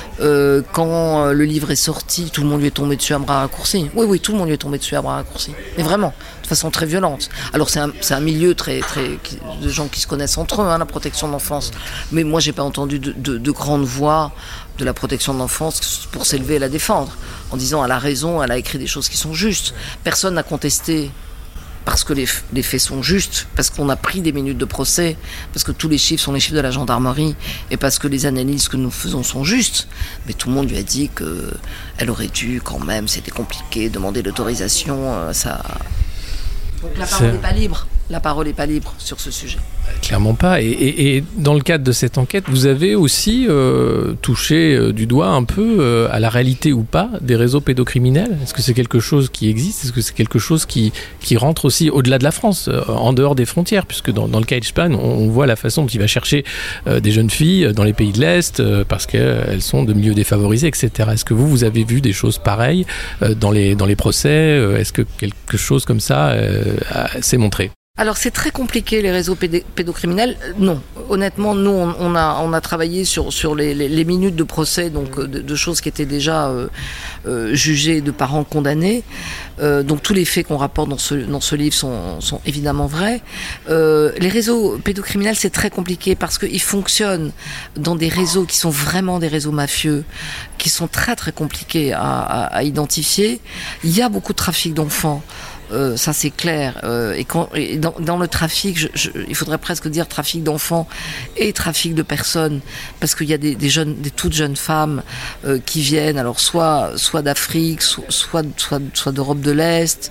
Quand le livre est sorti, tout le monde lui est tombé dessus à bras raccourcis. Oui, tout le monde lui est tombé dessus à bras raccourcis. Mais vraiment, de façon très violente. Alors c'est un milieu très, très de gens qui se connaissent entre eux, la protection de l'enfance. Mais moi j'ai pas entendu de grandes voix de la protection de l'enfance pour s'élever et la défendre, en disant elle a raison, elle a écrit des choses qui sont justes. Personne n'a contesté. Parce que les faits sont justes, parce qu'on a pris des minutes de procès, parce que tous les chiffres sont les chiffres de la gendarmerie, et parce que les analyses que nous faisons sont justes. Mais tout le monde lui a dit qu'elle aurait dû quand même, c'était compliqué, demander l'autorisation, ça... Donc la parole n'est pas libre. La parole n'est pas libre sur ce sujet. Clairement pas. Et dans le cadre de cette enquête, vous avez aussi touché du doigt un peu à la réalité ou pas des réseaux pédocriminels. Est-ce que c'est quelque chose qui existe? Est-ce que c'est quelque chose qui rentre aussi au-delà de la France, en dehors des frontières? Puisque dans le cas Span, on voit la façon dont il va chercher des jeunes filles dans les pays de l'Est parce qu'elles sont de milieux défavorisés, etc. Est-ce que vous avez vu des choses pareilles dans les procès? Est-ce que quelque chose comme ça s'est montré? Alors c'est très compliqué les réseaux pédocriminels. Non, honnêtement, nous on a travaillé sur les minutes de procès, donc de choses qui étaient déjà jugées, de parents condamnés. Donc tous les faits qu'on rapporte dans ce livre sont évidemment vrais. Les réseaux pédocriminels, c'est très compliqué parce qu'ils fonctionnent dans des réseaux qui sont vraiment des réseaux mafieux, qui sont très très compliqués à identifier. Il y a beaucoup de trafic d'enfants. Ça c'est clair. Et dans le trafic, il faudrait presque dire trafic d'enfants et trafic de personnes, parce qu'il y a des toutes jeunes femmes qui viennent, alors soit d'Afrique, soit d'Europe de l'Est.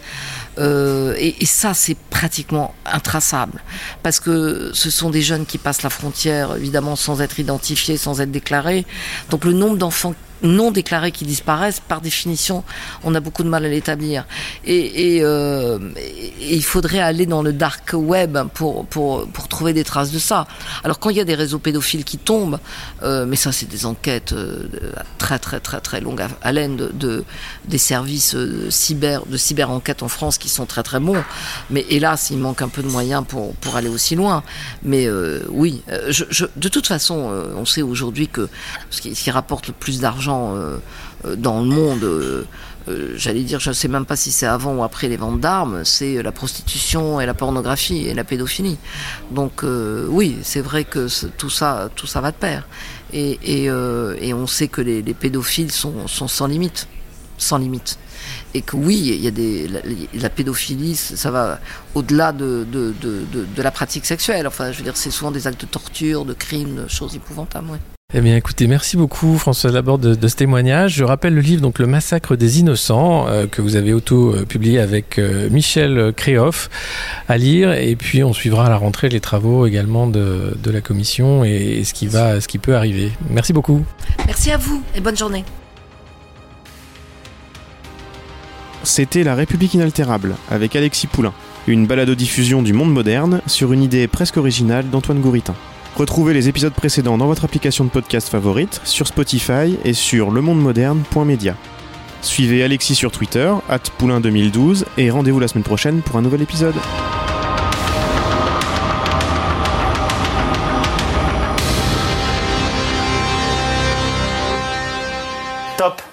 Et ça c'est pratiquement intraçable, parce que ce sont des jeunes qui passent la frontière évidemment sans être identifiés, sans être déclarés. Donc le nombre d'enfants non déclarés qui disparaissent, par définition, on a beaucoup de mal à l'établir. Et il faudrait aller dans le dark web pour trouver des traces de ça. Alors quand il y a des réseaux pédophiles qui tombent, mais ça c'est des enquêtes très très très très longue haleine des services de cyber-enquête en France qui sont très très bons. Mais hélas, il manque un peu de moyens pour aller aussi loin. Mais oui, de toute façon, on sait aujourd'hui que ce qui rapporte le plus d'argent dans le monde, j'allais dire, je ne sais même pas si c'est avant ou après les ventes d'armes, c'est la prostitution et la pornographie et la pédophilie. Donc oui, c'est vrai que tout ça va de pair. Et on sait que les pédophiles sont sans limite. et que oui, il y a la pédophilie, ça va au-delà de la pratique sexuelle. Enfin, je veux dire, c'est souvent des actes de torture, de crimes, de choses épouvantables. Ouais. Eh bien, écoutez, merci beaucoup Françoise Laborde de ce témoignage. Je rappelle le livre, donc Le Massacre des Innocents, que vous avez auto-publié avec Michel Créoff, à lire. Et puis, on suivra à la rentrée les travaux également de la commission et ce qui peut arriver. Merci beaucoup. Merci à vous et bonne journée. C'était La République inaltérable, avec Alexis Poulain, une balado-diffusion du monde moderne sur une idée presque originale d'Antoine Gouritin. Retrouvez les épisodes précédents dans votre application de podcast favorite, sur Spotify et sur lemondemoderne.media. Suivez Alexis sur Twitter, @poulain2012, et rendez-vous la semaine prochaine pour un nouvel épisode. Top.